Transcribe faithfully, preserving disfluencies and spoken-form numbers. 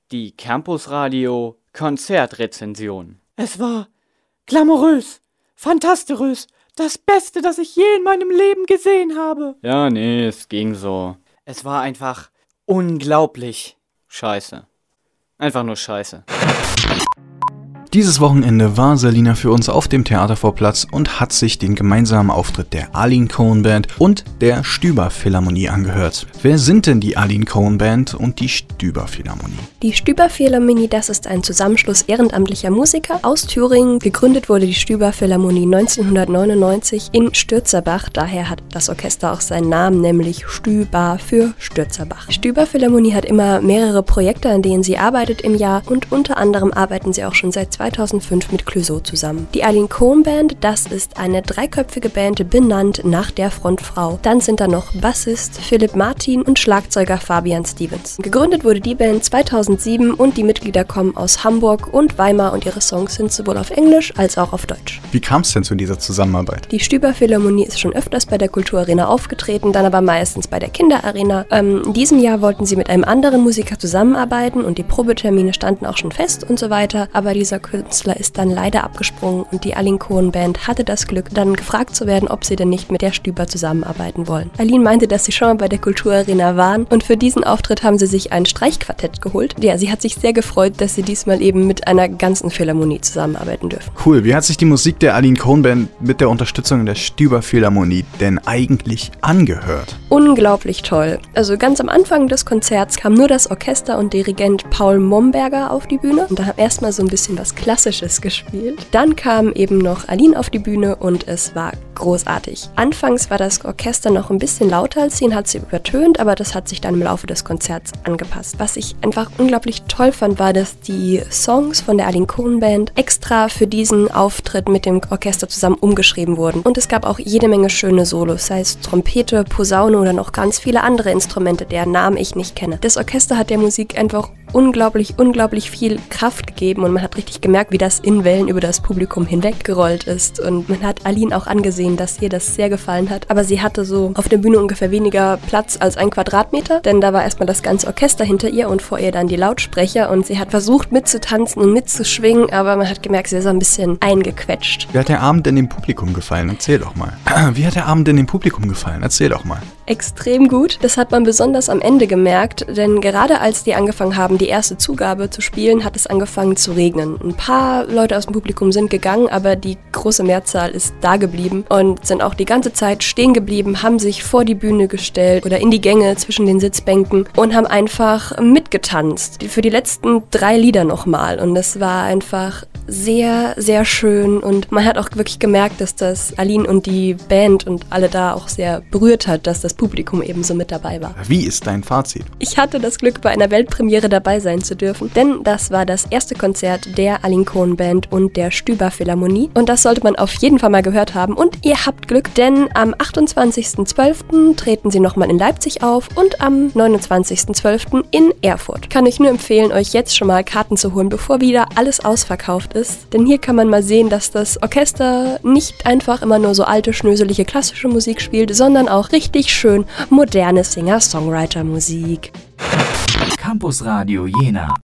Die Campusradio Konzertrezension. Es war glamourös, fantastisch, das Beste, das ich je in meinem Leben gesehen habe. Ja, nee, es ging so. Es war einfach unglaublich scheiße. Einfach nur scheiße. Dieses Wochenende war Selina für uns auf dem Theatervorplatz und hat sich den gemeinsamen Auftritt der Arlene Cohen Band und der Stüber Philharmonie angehört. Wer sind denn die Arlene Cohen Band und die Stüber Philharmonie? Die Stüber Philharmonie, das ist ein Zusammenschluss ehrenamtlicher Musiker aus Thüringen. Gegründet wurde die Stüber Philharmonie neunzehnhundertneunundneunzig in Stürzerbach. Daher hat das Orchester auch seinen Namen, nämlich Stüber für Stürzerbach. Stüber Philharmonie hat immer mehrere Projekte, an denen sie arbeitet im Jahr, und unter anderem arbeiten sie auch schon seit zweitausendfünf mit Clouseau zusammen. Die Arlene Cohen Band, das ist eine dreiköpfige Band, benannt nach der Frontfrau. Dann sind da noch Bassist Philipp Martin und Schlagzeuger Fabian Stevens. Gegründet wurde die Band zweitausendsieben und die Mitglieder kommen aus Hamburg und Weimar und ihre Songs sind sowohl auf Englisch als auch auf Deutsch. Wie kam es denn zu dieser Zusammenarbeit? Die Stüber Philharmonie ist schon öfters bei der Kulturarena aufgetreten, dann aber meistens bei der Kinderarena. Ähm, in diesem Jahr wollten sie mit einem anderen Musiker zusammenarbeiten und die Probetermine standen auch schon fest und so weiter, aber dieser Künstler ist dann leider abgesprungen und die Arlene Cohen Band hatte das Glück, dann gefragt zu werden, ob sie denn nicht mit der Stüber zusammenarbeiten wollen. Arlene meinte, dass sie schon mal bei der Kulturarena waren und für diesen Auftritt haben sie sich ein Streichquartett geholt. Ja, sie hat sich sehr gefreut, dass sie diesmal eben mit einer ganzen Philharmonie zusammenarbeiten dürfen. Cool, wie hat sich die Musik der Arlene Cohen Band mit der Unterstützung der Stüber Philharmonie denn eigentlich angehört? Unglaublich toll. Also ganz am Anfang des Konzerts kam nur das Orchester und Dirigent Paul Momberger auf die Bühne und da haben erstmal so ein bisschen was Klassisches gespielt. Dann kam eben noch Arlene auf die Bühne und es war großartig. Anfangs war das Orchester noch ein bisschen lauter als sie und hat sie übertönt, aber das hat sich dann im Laufe des Konzerts angepasst. Was ich einfach unglaublich toll fand, war, dass die Songs von der Arlene Cohen Band extra für diesen Auftritt mit dem Orchester zusammen umgeschrieben wurden. Und es gab auch jede Menge schöne Solos, sei es Trompete, Posaune oder noch ganz viele andere Instrumente, deren Namen ich nicht kenne. Das Orchester hat der Musik einfach unglaublich, unglaublich viel Kraft gegeben und man hat richtig gemerkt, wie das in Wellen über das Publikum hinweggerollt ist und man hat Arlene auch angesehen, dass ihr das sehr gefallen hat, aber sie hatte so auf der Bühne ungefähr weniger Platz als ein Quadratmeter, denn da war erstmal das ganze Orchester hinter ihr und vor ihr dann die Lautsprecher und sie hat versucht mitzutanzen und mitzuschwingen, aber man hat gemerkt, sie ist so ein bisschen eingequetscht. Wie hat der Abend denn dem Publikum gefallen? Erzähl doch mal. Wie hat der Abend denn dem Publikum gefallen? Erzähl doch mal. Extrem gut. Das hat man besonders am Ende gemerkt, denn gerade als die angefangen haben, die erste Zugabe zu spielen, hat es angefangen zu regnen. Ein paar Leute aus dem Publikum sind gegangen, aber die große Mehrzahl ist da geblieben und sind auch die ganze Zeit stehen geblieben, haben sich vor die Bühne gestellt oder in die Gänge zwischen den Sitzbänken und haben einfach mitgetanzt. Für die letzten drei Lieder nochmal und es war einfach sehr, sehr schön und man hat auch wirklich gemerkt, dass das Arlene und die Band und alle da auch sehr berührt hat, dass das Publikum eben so mit dabei war. Wie ist dein Fazit? Ich hatte das Glück, bei einer Weltpremiere dabei sein zu dürfen, denn das war das erste Konzert der Arlene Cohen Band und der Stüber Philharmonie und das sollte man auf jeden Fall mal gehört haben und ihr habt Glück, denn am achtundzwanzigsten zwölften treten sie nochmal in Leipzig auf und am neunundzwanzigsten zwölften in Erfurt. Kann ich nur empfehlen, euch jetzt schon mal Karten zu holen, bevor wieder alles ausverkauft ist, denn hier kann man mal sehen, dass das Orchester nicht einfach immer nur so alte, schnöselige, klassische Musik spielt, sondern auch richtig schön moderne Singer-Songwriter-Musik. Campusradio Jena.